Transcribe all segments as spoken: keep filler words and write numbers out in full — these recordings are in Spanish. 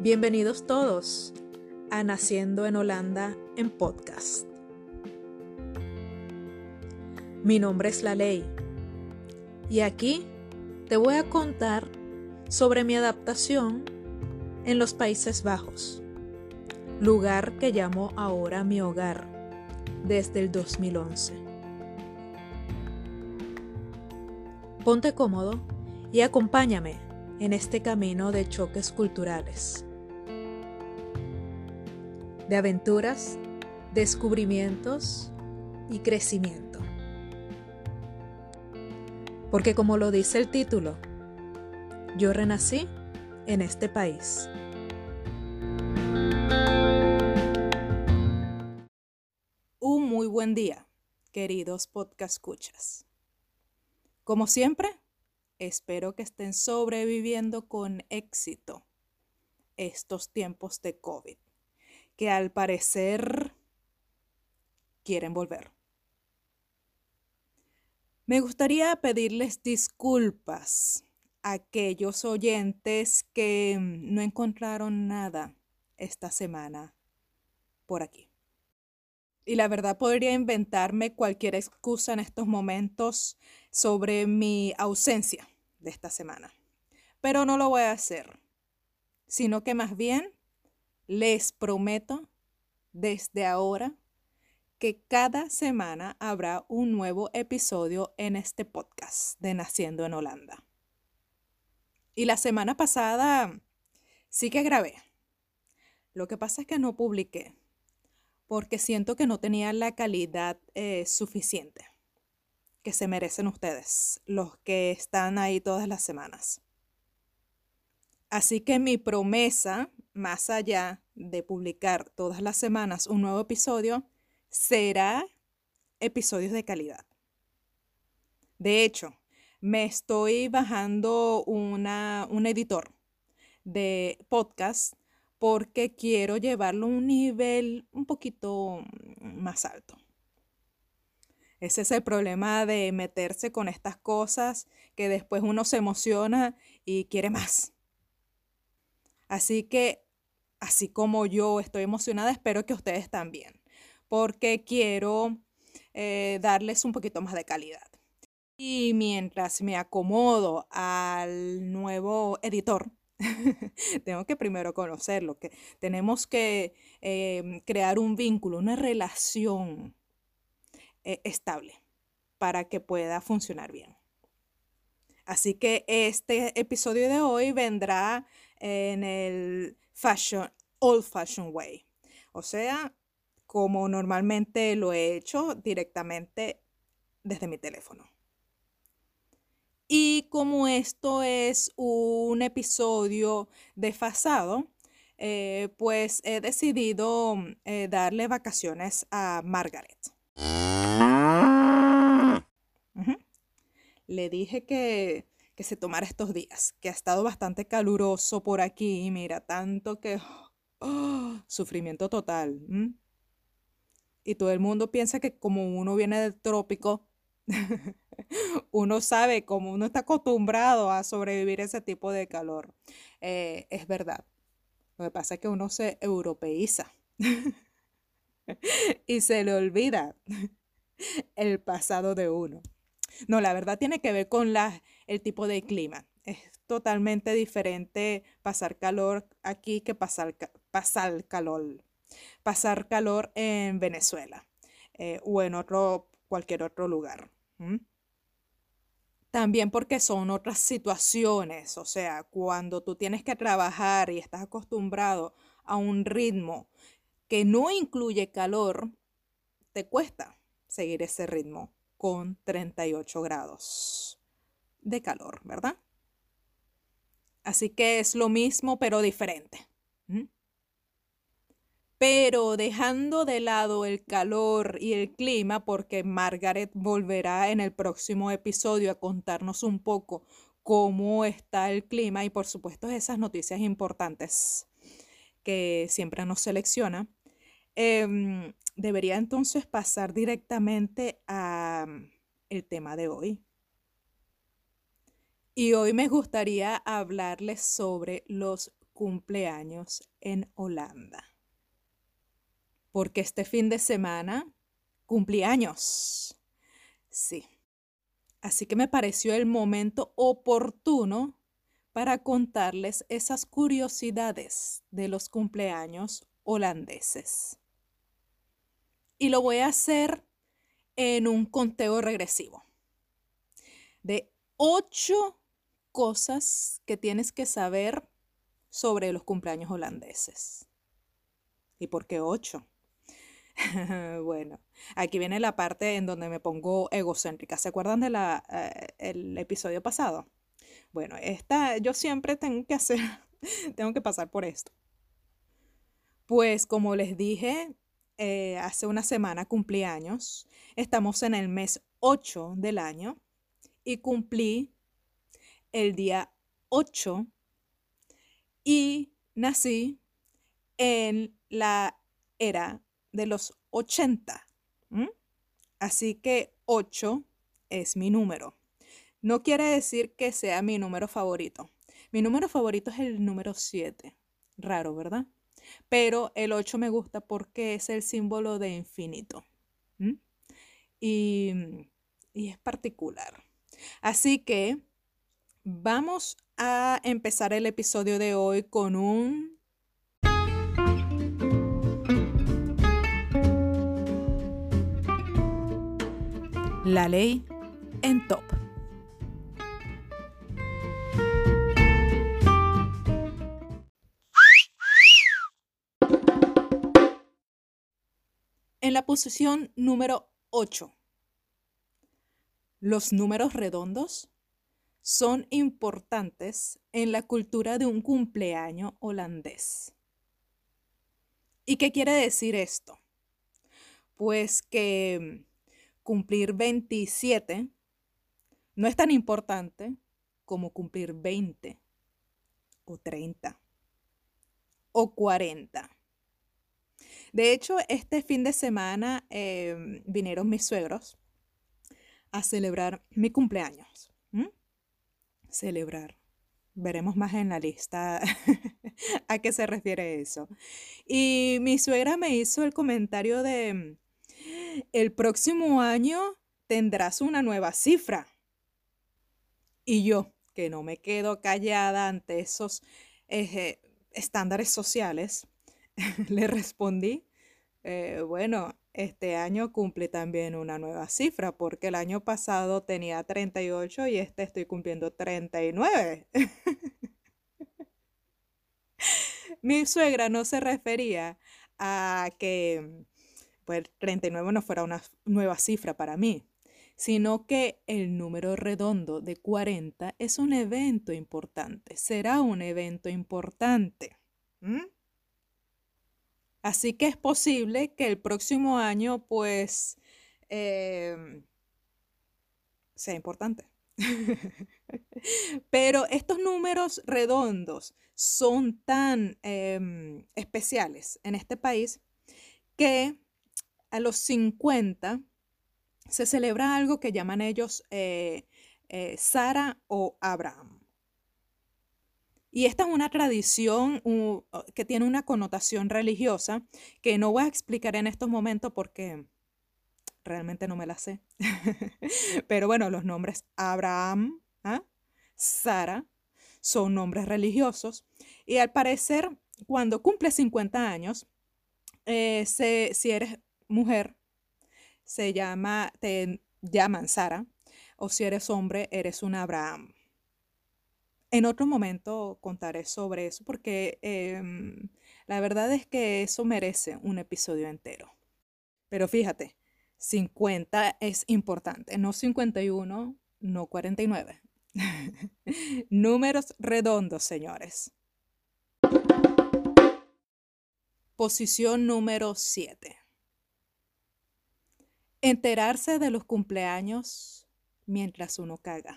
Bienvenidos todos a Naciendo en Holanda en podcast. Mi nombre es Laley y aquí te voy a contar sobre mi adaptación en los Países Bajos, lugar que llamo ahora mi hogar desde el dos mil once. Ponte cómodo y acompáñame en este camino de choques culturales, de aventuras, descubrimientos y crecimiento. Porque como lo dice el título, yo renací en este país. Un muy buen día, queridos podcast escuchas. Como siempre, espero que estén sobreviviendo con éxito estos tiempos de COVID, que al parecer quieren volver. Me gustaría pedirles disculpas a aquellos oyentes que no encontraron nada esta semana por aquí. Y la verdad podría inventarme cualquier excusa en estos momentos sobre mi ausencia de esta semana. Pero no lo voy a hacer, sino que más bien les prometo desde ahora que cada semana habrá un nuevo episodio en este podcast de Naciendo en Holanda. Y la semana pasada sí que grabé. Lo que pasa es que no publiqué porque siento que no tenía la calidad eh, suficiente que se merecen ustedes, los que están ahí todas las semanas. Así que mi promesa, más allá de publicar todas las semanas un nuevo episodio, será episodios de calidad. De hecho, me estoy bajando una, un editor de podcast porque quiero llevarlo a un nivel un poquito más alto. Ese es el problema de meterse con estas cosas que después uno se emociona y quiere más. Así que, así como yo estoy emocionada, espero que ustedes también, porque quiero eh, darles un poquito más de calidad. Y mientras me acomodo al nuevo editor, tengo que primero conocerlo, que tenemos que eh, crear un vínculo, una relación eh, estable para que pueda funcionar bien. Así que este episodio de hoy vendrá en el fashion, old fashion way, o sea, como normalmente lo he hecho directamente desde mi teléfono. Y como esto es un episodio desfasado, eh, pues he decidido eh, darle vacaciones a Margaret. Uh-huh. Le dije que, que se tomara estos días, que ha estado bastante caluroso por aquí, mira, tanto que oh, sufrimiento total. ¿Mm? Y todo el mundo piensa que como uno viene del trópico, uno sabe cómo uno está acostumbrado a sobrevivir ese tipo de calor. Eh, es verdad. Lo que pasa es que uno se europeiza y se le olvida el pasado de uno. No, la verdad tiene que ver con la, el tipo de clima. Es totalmente diferente pasar calor aquí que pasar, pasar calor, pasar calor en Venezuela eh, o en otro, cualquier otro lugar. ¿Mm? También porque son otras situaciones, o sea, cuando tú tienes que trabajar y estás acostumbrado a un ritmo que no incluye calor, te cuesta seguir ese ritmo con treinta y ocho grados de calor, ¿verdad? Así que es lo mismo pero diferente. ¿Mm? Pero dejando de lado el calor y el clima, porque Margaret volverá en el próximo episodio a contarnos un poco cómo está el clima y por supuesto esas noticias importantes que siempre nos selecciona, eh, debería entonces pasar directamente al tema de hoy. Y hoy me gustaría hablarles sobre los cumpleaños en Holanda. Porque este fin de semana cumplí años. Sí. Así que me pareció el momento oportuno para contarles esas curiosidades de los cumpleaños holandeses. Y lo voy a hacer en un conteo regresivo de ocho cosas que tienes que saber sobre los cumpleaños holandeses. ¿Y por qué ocho? Bueno, aquí viene la parte en donde me pongo egocéntrica. ¿Se acuerdan del eh, episodio pasado? Bueno, esta yo siempre tengo que hacer, tengo que pasar por esto. Pues como les dije, eh, hace una semana cumplí años. Estamos en el mes ocho del año y cumplí el día ocho y nací en la era de los ochenta. ¿Mm? Así que ocho es mi número. No quiere decir que sea mi número favorito. Mi número favorito es el número siete. Raro, ¿verdad? Pero el ocho me gusta porque es el símbolo de infinito. ¿Mm? Y, y es particular. Así que vamos a empezar el episodio de hoy con un... La ley en top. En la posición número ocho. Los números redondos son importantes en la cultura de un cumpleaños holandés. ¿Y qué quiere decir esto? Pues que cumplir veintisiete no es tan importante como cumplir veinte o treinta o cuarenta. De hecho, este fin de semana eh, vinieron mis suegros a celebrar mi cumpleaños. ¿Mm? Celebrar. Veremos más en la lista a qué se refiere eso. Y mi suegra me hizo el comentario de, el próximo año tendrás una nueva cifra. Y yo, que no me quedo callada ante esos eh, estándares sociales, le respondí, eh, bueno, este año cumple también una nueva cifra, porque el año pasado tenía treinta y ocho y este estoy cumpliendo treinta y nueve. Mi suegra no se refería a que pues, treinta y nueve no fuera una nueva cifra para mí, sino que el número redondo de cuarenta es un evento importante, será un evento importante. ¿Mm? Así que es posible que el próximo año, pues, eh, sea importante. Pero estos números redondos son tan eh, especiales en este país que a los cincuenta se celebra algo que llaman ellos eh, eh, Sara o Abraham. Y esta es una tradición uh, que tiene una connotación religiosa que no voy a explicar en estos momentos porque realmente no me la sé. Pero bueno, los nombres Abraham, ¿ah? Sara, son nombres religiosos. Y al parecer, cuando cumples cincuenta años, eh, se, si eres mujer, se llama, te llaman Sara, o si eres hombre, eres un Abraham. En otro momento contaré sobre eso porque eh, la verdad es que eso merece un episodio entero. Pero fíjate, cincuenta es importante, no cincuenta y uno, no cuarenta y nueve. Números redondos, señores. Posición número siete. Enterarse de los cumpleaños mientras uno caga.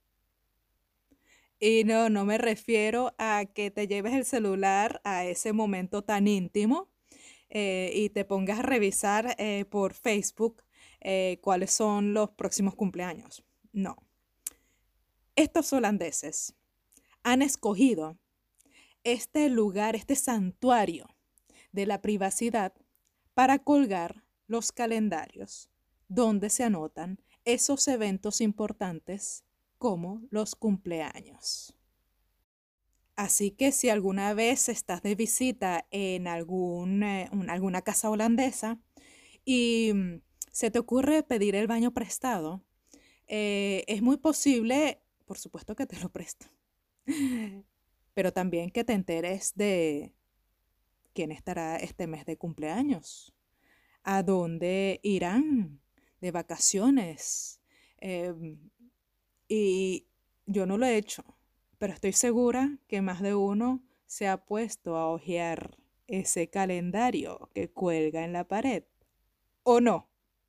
Y no, no me refiero a que te lleves el celular a ese momento tan íntimo eh, y te pongas a revisar eh, por Facebook eh, cuáles son los próximos cumpleaños. No. Estos holandeses han escogido este lugar, este santuario de la privacidad para colgar los calendarios donde se anotan esos eventos importantes como los cumpleaños. Así que si alguna vez estás de visita en algún, eh, un- alguna casa holandesa y mm, se te ocurre pedir el baño prestado, eh, es muy posible, por supuesto que te lo presto, pero también que te enteres de quién estará este mes de cumpleaños, a dónde irán de vacaciones. em, y yo no lo he hecho, pero estoy segura que más de uno se ha puesto a hojear ese calendario que cuelga en la pared. ¿O no?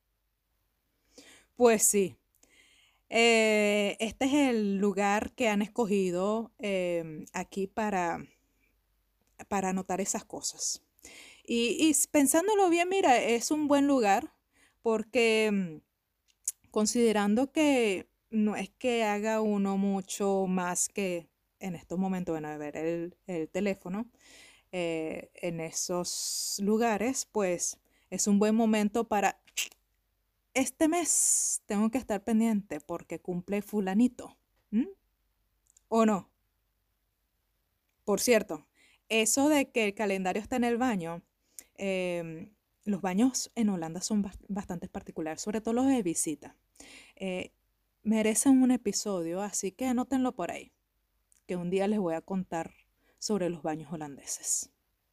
Pues sí. Eh, este es el lugar que han escogido em, aquí para, para anotar esas cosas. Y, y s- pensándolo bien, mira, es un buen lugar porque mm, considerando que no es que haga uno mucho más que en estos momentos, bueno, de ver el, el teléfono, eh, en esos lugares, pues es un buen momento para, este mes tengo que estar pendiente porque cumple fulanito. ¿M? ¿O no? Por cierto, eso de que el calendario está en el baño, em, los baños en Holanda son bas- bastante particulares, sobre todo los de visita. Eh, Merecen un episodio, así que anótenlo por ahí, que un día les voy a contar sobre los baños holandeses.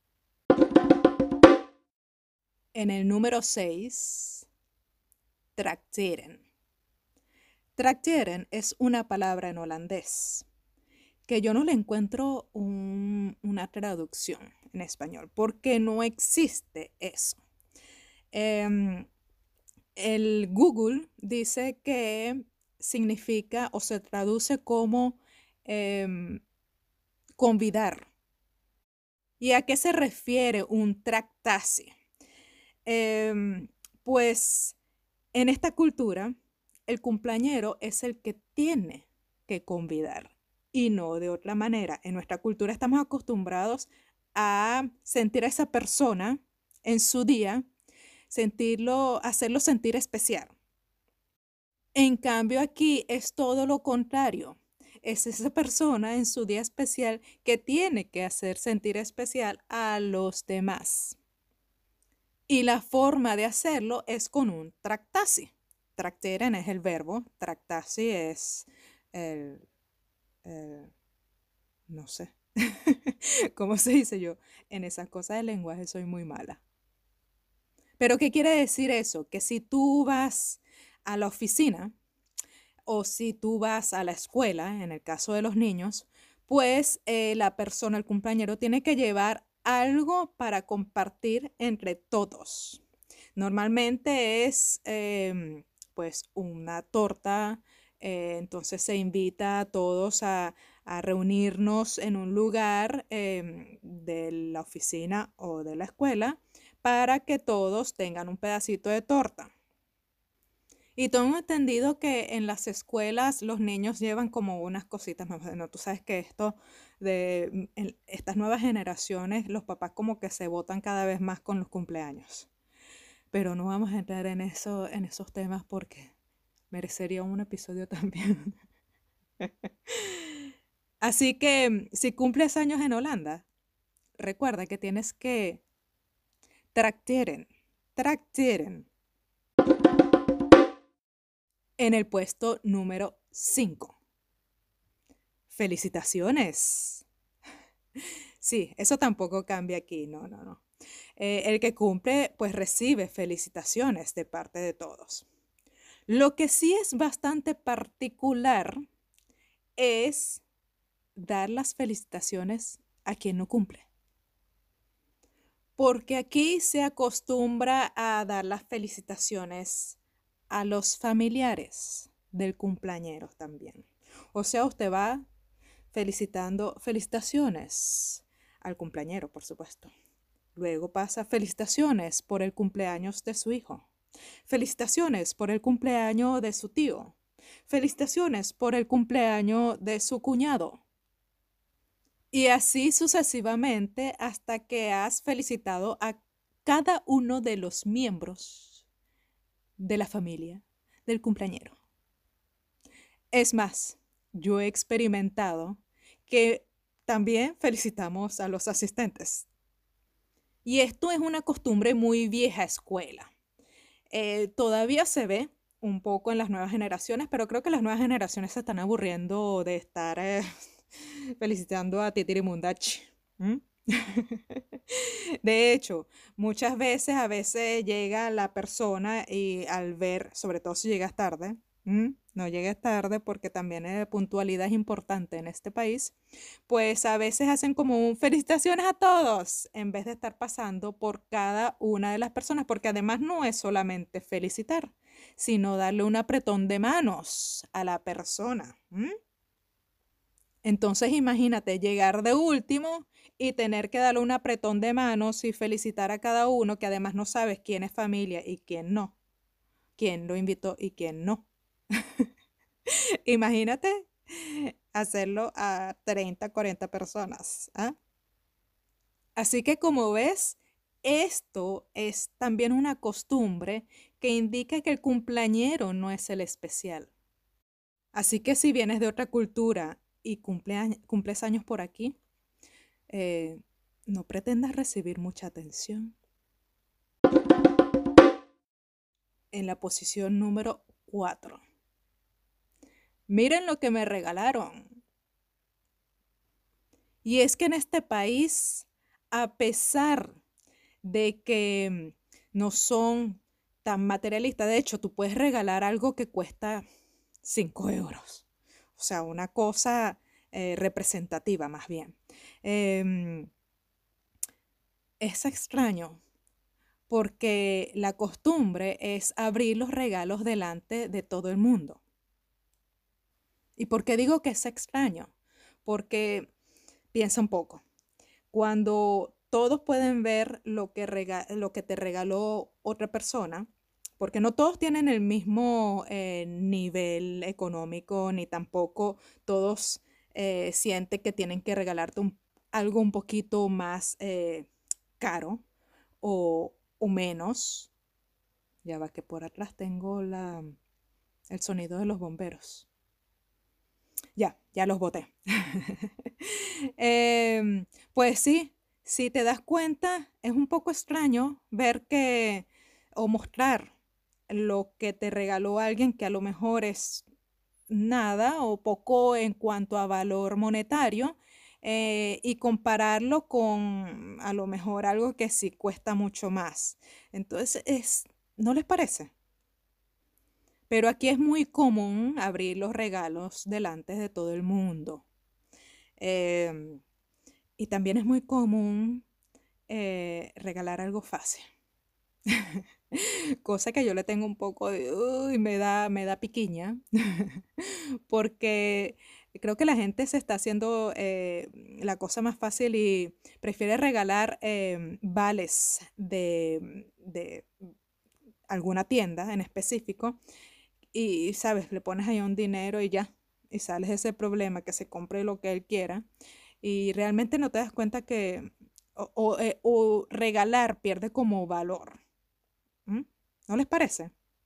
En el número seis, trakteren. Trakteren es una palabra en holandés que yo no le encuentro un- una traducción en español, porque no existe eso. Em, el Google dice que significa o se traduce como em, convidar. ¿Y a qué se refiere un tractaci? Em, pues en esta cultura, el cumpleañero es el que tiene que convidar y no de otra manera. En nuestra cultura estamos acostumbrados a sentir a esa persona en su día, sentirlo, hacerlo sentir especial. En cambio, aquí es todo lo contrario. Es esa persona en su día especial que tiene que hacer sentir especial a los demás. Y la forma de hacerlo es con un tractaci. Tracteren es el verbo, tractaci es el, el- no sé, ¿cómo se dice yo? En esas cosas de lenguaje soy muy mala. Pero ¿qué quiere decir eso? Que si tú vas a la oficina o si tú vas a la escuela, en el caso de los niños, pues eh, la persona, el cumpleañero, tiene que llevar algo para compartir entre todos. Normalmente es em, pues una torta, eh, entonces se invita a todos a, a reunirnos en un lugar em, de la oficina o de la escuela para que todos tengan un pedacito de torta. Y tengo entendido que en las escuelas los niños llevan como unas cositas más. Bueno, tú sabes que esto de mm, en estas nuevas generaciones, los papás como que se botan cada vez más con los cumpleaños. Pero no vamos a entrar en eso, en esos temas porque merecería un episodio también. Así que mm, si cumples años en Holanda, recuerda que tienes que tracteren, tracteren en el puesto número cinco. Felicitaciones. Sí, eso tampoco cambia aquí, no, no, no. Eh, el que cumple, pues recibe felicitaciones de parte de todos. Lo que sí es bastante particular es dar las felicitaciones a quien no cumple. Porque aquí se acostumbra a dar las felicitaciones a los familiares del cumpleañero también. O sea, usted va felicitando, felicitaciones al cumpleañero, por supuesto. Luego pasa felicitaciones por el cumpleaños de su hijo. Felicitaciones por el cumpleaños de su tío. Felicitaciones por el cumpleaños de su cuñado. Y así sucesivamente hasta que has felicitado a cada uno de los miembros de la familia del cumpleañero. Es más, yo he experimentado que también felicitamos a los asistentes. Y esto es una costumbre muy vieja escuela. Eh, todavía se ve un poco en las nuevas generaciones, pero creo que las nuevas generaciones se están aburriendo de estar eh, felicitando a Titirimundachi. ¿Mm? De hecho, muchas veces, a veces llega la persona y al ver, sobre todo si llegas tarde, ¿m? No llegues tarde porque también eh, puntualidad es importante en este país, pues a veces hacen como un felicitaciones a todos en vez de estar pasando por cada una de las personas, porque además no es solamente felicitar, sino darle un apretón de manos a la persona. ¿M? Entonces imagínate llegar de último y tener que darle un apretón de manos y felicitar a cada uno que además no sabes quién es familia y quién no, quién lo invitó y quién no. Imagínate hacerlo a treinta, cuarenta personas. ¿Ah? Así que como ves, esto es también una costumbre que indica que el cumpleañero no es el especial. Así que si vienes de otra cultura y cumple, cumples años por aquí, eh, no pretendas recibir mucha atención. En la posición número cuatro. Miren lo que me regalaron. Y es que en este país, a pesar de que no son tan materialistas, de hecho, tú puedes regalar algo que cuesta cinco euros. O sea, una cosa eh, representativa más bien. Eh, es extraño porque la costumbre es abrir los regalos delante de todo el mundo. ¿Y por qué digo que es extraño? Porque piensa un poco. Cuando todos pueden ver lo que, rega- lo que te regaló otra persona, porque no todos tienen el mismo eh, nivel económico, ni tampoco todos eh, sienten que tienen que regalarte un- algo un poquito más eh, caro o, o menos. Ya va que por atrás tengo la, el sonido de los bomberos. Ya, ya los boté. Em, pues sí, si te das cuenta, es un poco extraño ver que o mostrar lo que te regaló alguien que a lo mejor es nada o poco en cuanto a valor monetario eh, y compararlo con a lo mejor algo que sí cuesta mucho más. Entonces, es, ¿no les parece? Pero aquí es muy común abrir los regalos delante de todo el mundo. Em, y también es muy común eh, regalar algo fácil. Cosa que yo le tengo un poco de, uy, me da, me da piquiña, porque creo que la gente se está haciendo eh, la cosa más fácil y prefiere regalar em, vales de, de alguna tienda en específico y, sabes, le pones ahí un dinero y ya, y sales de ese problema, que se compre lo que él quiera y realmente no te das cuenta que o, o, eh, o regalar pierde como valor. ¿Mm? ¿No les parece?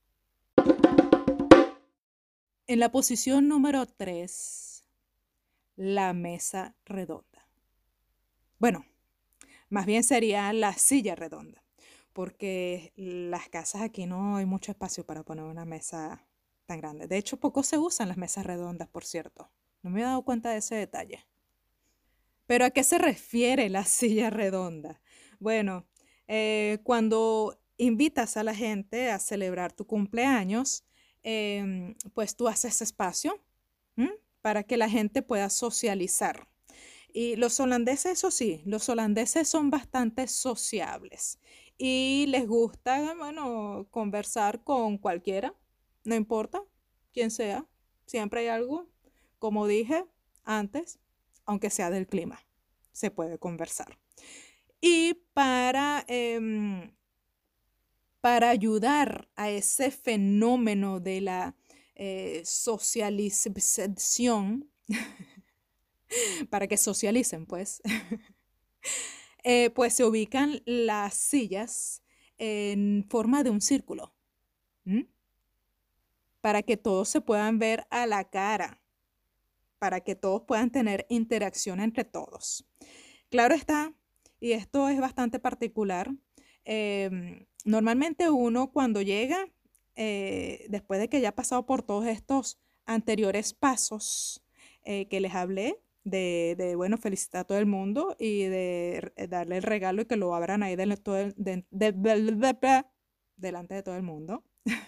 En la posición número tres, la mesa redonda. Bueno, más bien sería la silla redonda, porque las casas aquí no hay mucho espacio para poner una mesa tan grande. De hecho, poco se usan las mesas redondas, por cierto. No me he dado cuenta de ese detalle. Pero ¿a qué se refiere la silla redonda? Bueno, eh, cuando invitas a la gente a celebrar tu cumpleaños, em, pues tú haces espacio, ¿m? Para que la gente pueda socializar. Y los holandeses, eso sí, los holandeses son bastante sociables y les gusta, bueno, conversar con cualquiera, no importa quién sea, siempre hay algo, como dije antes, aunque sea del clima, se puede conversar. Y para, em, para ayudar a ese fenómeno de la eh, socialización, para que socialicen, pues. Eh, pues se ubican las sillas en forma de un círculo, ¿m? Para que todos se puedan ver a la cara, para que todos puedan tener interacción entre todos. Claro está, y esto es bastante particular. em, normalmente uno cuando llega, eh, después de que ya ha pasado por todos estos anteriores pasos eh, que les hablé, de, de, bueno, felicitar a todo el mundo y de eh, darle el regalo y que lo abran ahí de, todo el- de- de- de- de- de- delante de todo el mundo,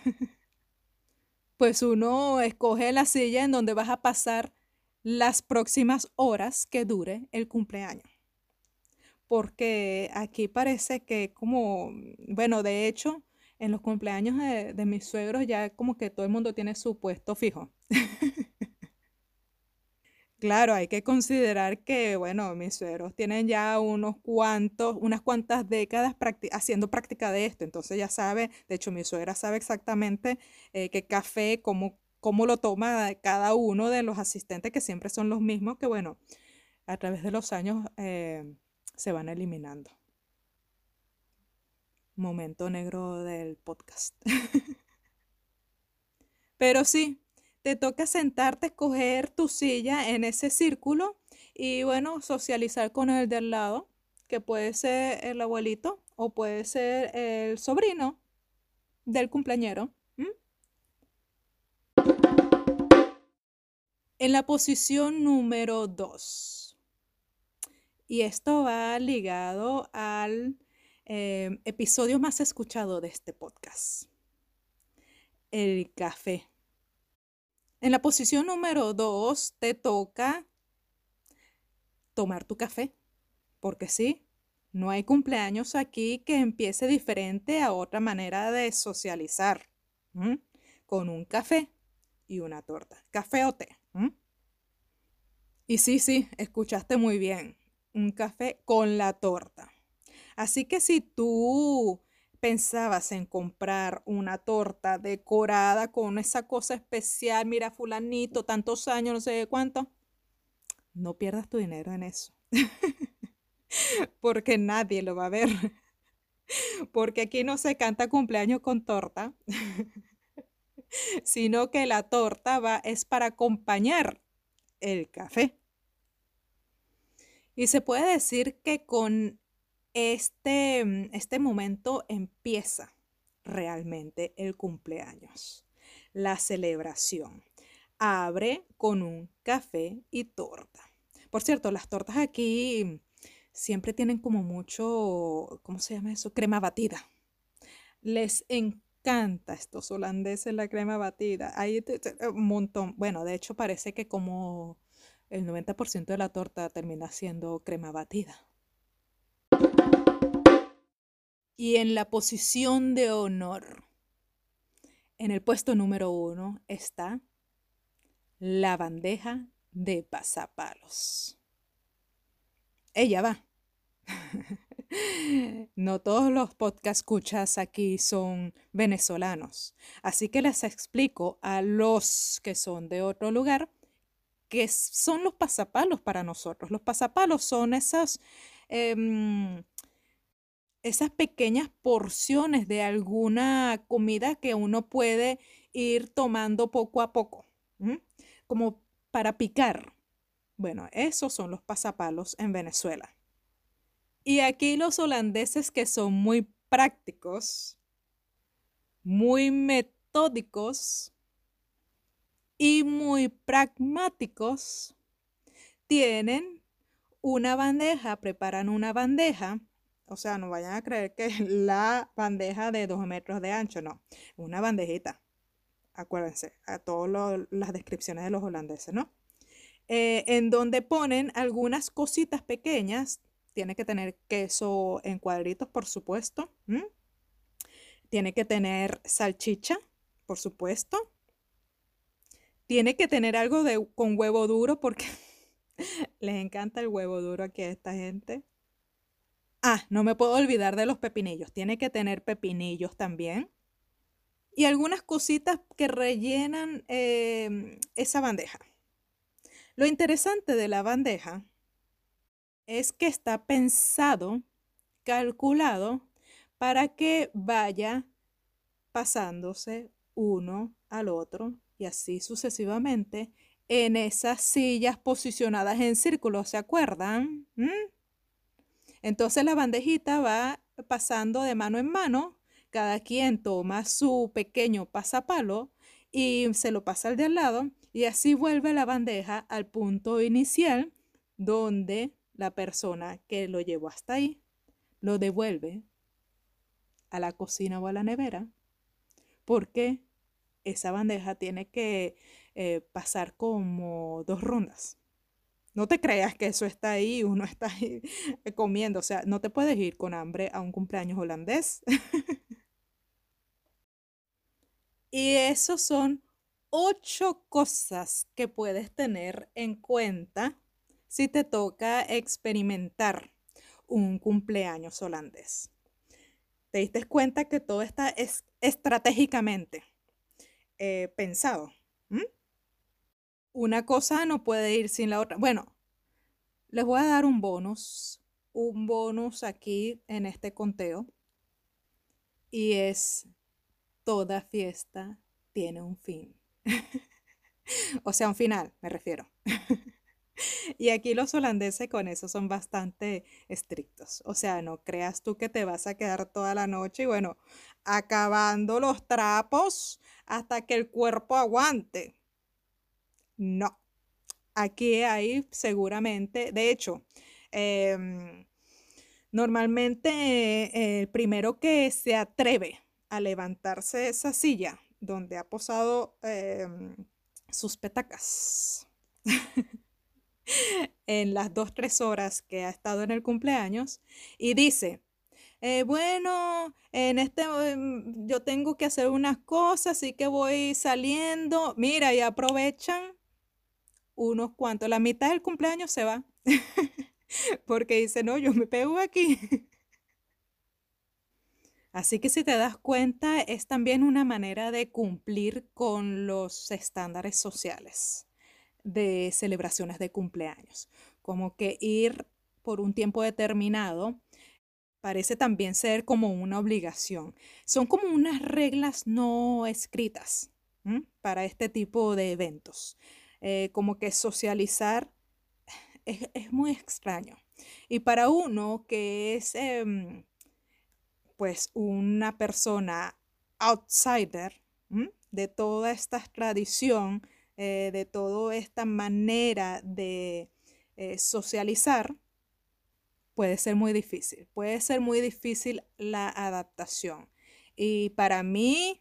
pues uno escoge la silla en donde vas a pasar las próximas horas que dure el cumpleaños. Porque aquí parece que como, bueno, de hecho, en los cumpleaños de, de mis suegros ya como que todo el mundo tiene su puesto fijo. Claro, hay que considerar que, bueno, mis suegros tienen ya unos cuantos, unas cuantas décadas practi- haciendo práctica de esto, entonces ya sabe, de hecho mi suegra sabe exactamente eh, qué café, cómo, cómo lo toma cada uno de los asistentes, que siempre son los mismos, que bueno, a través de los años eh, se van eliminando. Momento negro del podcast. Pero sí, te toca sentarte, escoger tu silla en ese círculo y bueno, socializar con el de al lado, que puede ser el abuelito o puede ser el sobrino del cumpleañero. ¿M? En la posición número dos. Y esto va ligado al eh, episodio más escuchado de este podcast, el café. En la posición número dos te toca tomar tu café, porque sí, no hay cumpleaños aquí que empiece diferente a otra manera de socializar, ¿m? Con un café y una torta, café o té. ¿M? Y sí, sí, escuchaste muy bien, un café con la torta. Así que si tú pensabas en comprar una torta decorada con esa cosa especial, mira, fulanito, tantos años, no sé cuánto, no pierdas tu dinero en eso, porque nadie lo va a ver, porque aquí no se canta cumpleaños con torta, sino que la torta va, es para acompañar el café. Y se puede decir que con este, mm, este momento empieza realmente el cumpleaños, la celebración. Abre con un café y torta. Por cierto, las tortas aquí siempre tienen como mucho, ¿cómo se llama eso? Crema batida. Les encanta a estos holandeses la crema batida. Hay te- te- un montón. Bueno, de hecho parece que como el noventa por ciento de la torta termina siendo crema batida. Y en la posición de honor, en el puesto número uno, está la bandeja de pasapalos. Ella va. No todos los podcast escuchas aquí son venezolanos, así que les explico a los que son de otro lugar qué son los pasapalos para nosotros. Los pasapalos son esas, em, esas pequeñas porciones de alguna comida que uno puede ir tomando poco a poco, ¿m? Como para picar. Bueno, esos son los pasapalos en Venezuela. Y aquí los holandeses que son muy prácticos, muy metódicos y muy pragmáticos, tienen una bandeja, preparan una bandeja, o sea, no vayan a creer que es la bandeja de dos metros de ancho, no, una bandejita, acuérdense, a todas las descripciones de los holandeses, ¿no? Eh, en donde ponen algunas cositas pequeñas, tiene que tener queso en cuadritos, por supuesto, ¿m? Tiene que tener salchicha, por supuesto, tiene que tener algo de, con huevo duro, porque les encanta el huevo duro aquí a esta gente. Ah, no me puedo olvidar de los pepinillos. Tiene que tener pepinillos también. Y algunas cositas que rellenan em, esa bandeja. Lo interesante de la bandeja es que está pensado, calculado, para que vaya pasándose uno al otro y así sucesivamente en esas sillas posicionadas en círculo, ¿se acuerdan? ¿Mm? Entonces la bandejita va pasando de mano en mano, cada quien toma su pequeño pasapalo y se lo pasa al de al lado y así vuelve la bandeja al punto inicial donde la persona que lo llevó hasta ahí lo devuelve a la cocina o a la nevera porque esa bandeja tiene que eh, pasar como dos rondas. No te creas que eso está ahí, uno está ahí comiendo, o sea, no te puedes ir con hambre a un cumpleaños holandés. Y esos son ocho cosas que puedes tener en cuenta si te toca experimentar un cumpleaños holandés. ¿Te diste cuenta que todo está es estratégicamente eh, pensado? ¿Mm? Una cosa no puede ir sin la otra. Bueno, les voy a dar un bonus, un bonus aquí en este conteo, y es toda fiesta tiene un fin. O sea, un final, me refiero. Y aquí los holandeses con eso son bastante estrictos. O sea, no creas tú que te vas a quedar toda la noche y bueno, acabando los trapos hasta que el cuerpo aguante. No, aquí hay seguramente, de hecho, em, normalmente eh, el primero que se atreve a levantarse de esa silla donde ha posado em, sus petacas en las dos, tres horas que ha estado en el cumpleaños y dice, eh, bueno, en este em, yo tengo que hacer unas cosas, así que voy saliendo. Mira, y aprovechan unos cuantos. La mitad del cumpleaños se va porque dice, no, yo me pego aquí. Así que si te das cuenta, es también una manera de cumplir con los estándares sociales de celebraciones de cumpleaños. Como que ir por un tiempo determinado parece también ser como una obligación. Son como unas reglas no escritas, ¿m? Para este tipo de eventos. Eh, como que socializar es, es muy extraño. Y para uno que es em, pues una persona outsider, ¿m? De toda esta tradición, eh, de toda esta manera de eh, socializar, puede ser muy difícil. Puede ser muy difícil la adaptación. Y para mí,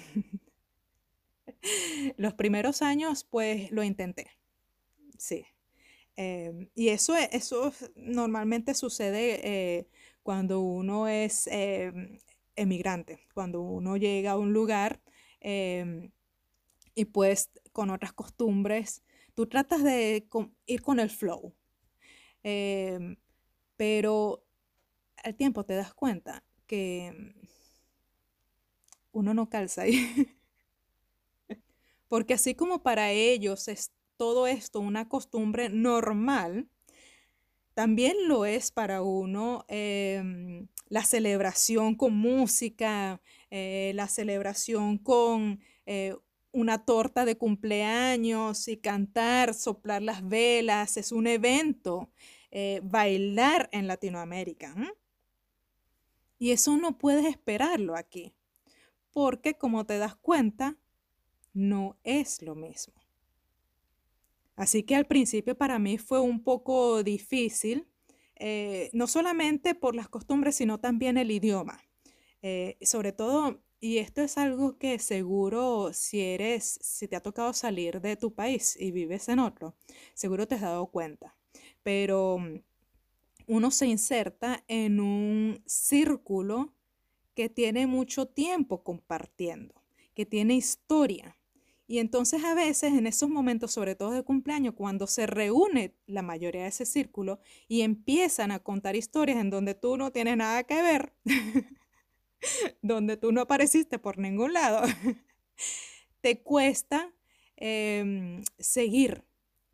los primeros años, pues lo intenté. Sí. Em, y eso, e- eso normalmente sucede eh, cuando uno es em, emigrante, cuando uno llega a un lugar em, y pues con otras costumbres, tú tratas de con- ir con el flow, em, pero al tiempo te das cuenta que em, uno no calza ahí, porque así como para ellos es todo esto una costumbre normal, también lo es para uno em, la celebración con música, eh, la celebración con eh, una torta de cumpleaños y cantar, soplar las velas, es un evento, eh, bailar en Latinoamérica. ¿M? Y eso no puedes esperarlo aquí, porque como te das cuenta, no es lo mismo. Así que al principio para mí fue un poco difícil, eh, no solamente por las costumbres, sino también el idioma. Eh, sobre todo, y esto es algo que seguro si eres, si te ha tocado salir de tu país y vives en otro, seguro te has dado cuenta. Pero mm, uno se inserta en un círculo que tiene mucho tiempo compartiendo, que tiene historia. Y entonces a veces en esos momentos, sobre todo de cumpleaños, cuando se reúne la mayoría de ese círculo y empiezan a contar historias en donde tú no tienes nada que ver, donde tú no apareciste por ningún lado, te cuesta em, seguir,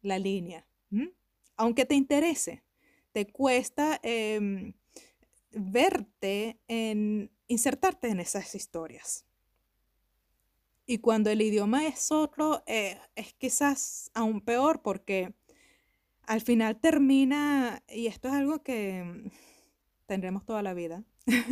la línea. ¿Mm? Aunque te interese, te cuesta eh, verte en insertarte en esas historias. Y cuando el idioma es otro, eh, es quizás aún peor porque al final termina, y esto es algo que mm, tendremos toda la vida,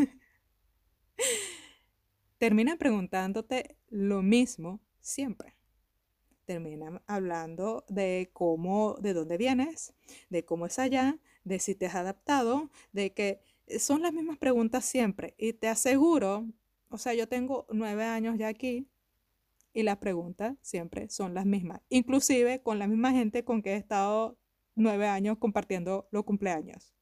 terminan preguntándote lo mismo siempre. Terminan hablando de cómo, de dónde vienes, de cómo es allá, de si te has adaptado, de que son las mismas preguntas siempre. Y te aseguro, o sea, yo tengo nueve años ya aquí y las preguntas siempre son las mismas, inclusive con la misma gente con que he estado nueve años compartiendo los cumpleaños.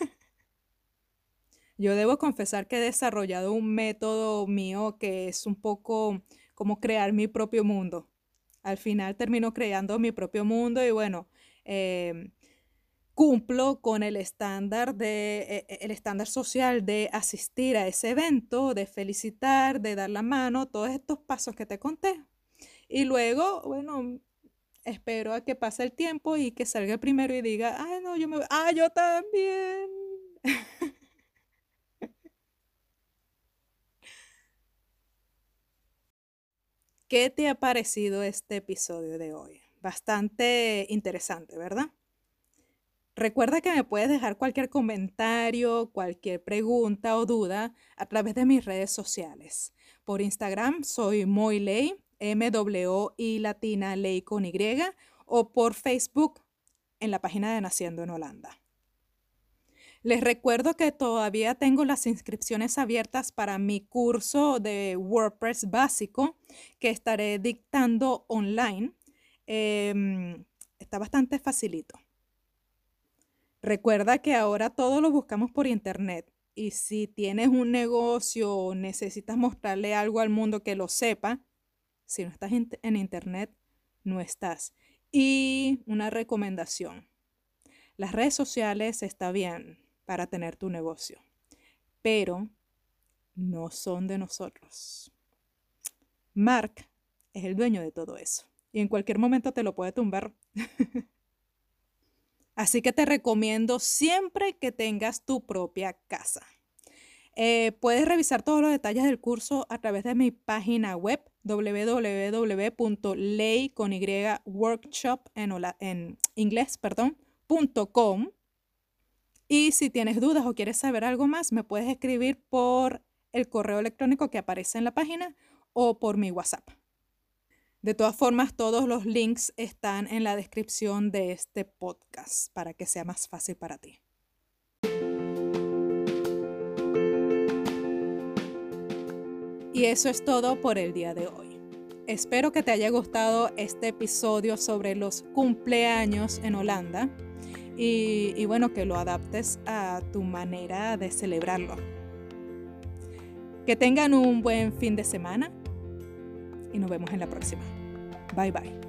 Yo debo confesar que he desarrollado un método mío que es un poco como crear mi propio mundo. Al final termino creando mi propio mundo y bueno, em, cumplo con el estándar de, e- e- el estándar social de asistir a ese evento, de felicitar, de dar la mano, todos estos pasos que te conté. Y luego, bueno, espero a que pase el tiempo y que salga el primero y diga, ay, no, yo me voy, ah, yo también. ¿Qué te ha parecido este episodio de hoy? Bastante interesante, ¿verdad? Recuerda que me puedes dejar cualquier comentario, cualquier pregunta o duda a través de mis redes sociales. Por Instagram soy Moiley, M W I latina ley con Y, o por Facebook en la página de Naciendo en Holanda. Les recuerdo que todavía tengo las inscripciones abiertas para mi curso de WordPress básico que estaré dictando online. Em, está bastante facilito. Recuerda que ahora todo lo buscamos por internet y si tienes un negocio o necesitas mostrarle algo al mundo que lo sepa, si no estás en, en internet, no estás. Y una recomendación, las redes sociales está bien para tener tu negocio, pero no son de nosotros. Mark es el dueño de todo eso y en cualquier momento te lo puede tumbar. Así que te recomiendo siempre que tengas tu propia casa. Eh, puedes revisar todos los detalles del curso a través de mi página web w w w punto ley con y workshop en, en inglés, perdón, punto com. Y si tienes dudas o quieres saber algo más, me puedes escribir por el correo electrónico que aparece en la página o por mi WhatsApp. De todas formas, todos los links están en la descripción de este podcast para que sea más fácil para ti. Y eso es todo por el día de hoy. Espero que te haya gustado este episodio sobre los cumpleaños en Holanda y, y bueno, que lo adaptes a tu manera de celebrarlo. Que tengan un buen fin de semana y nos vemos en la próxima. Bye bye.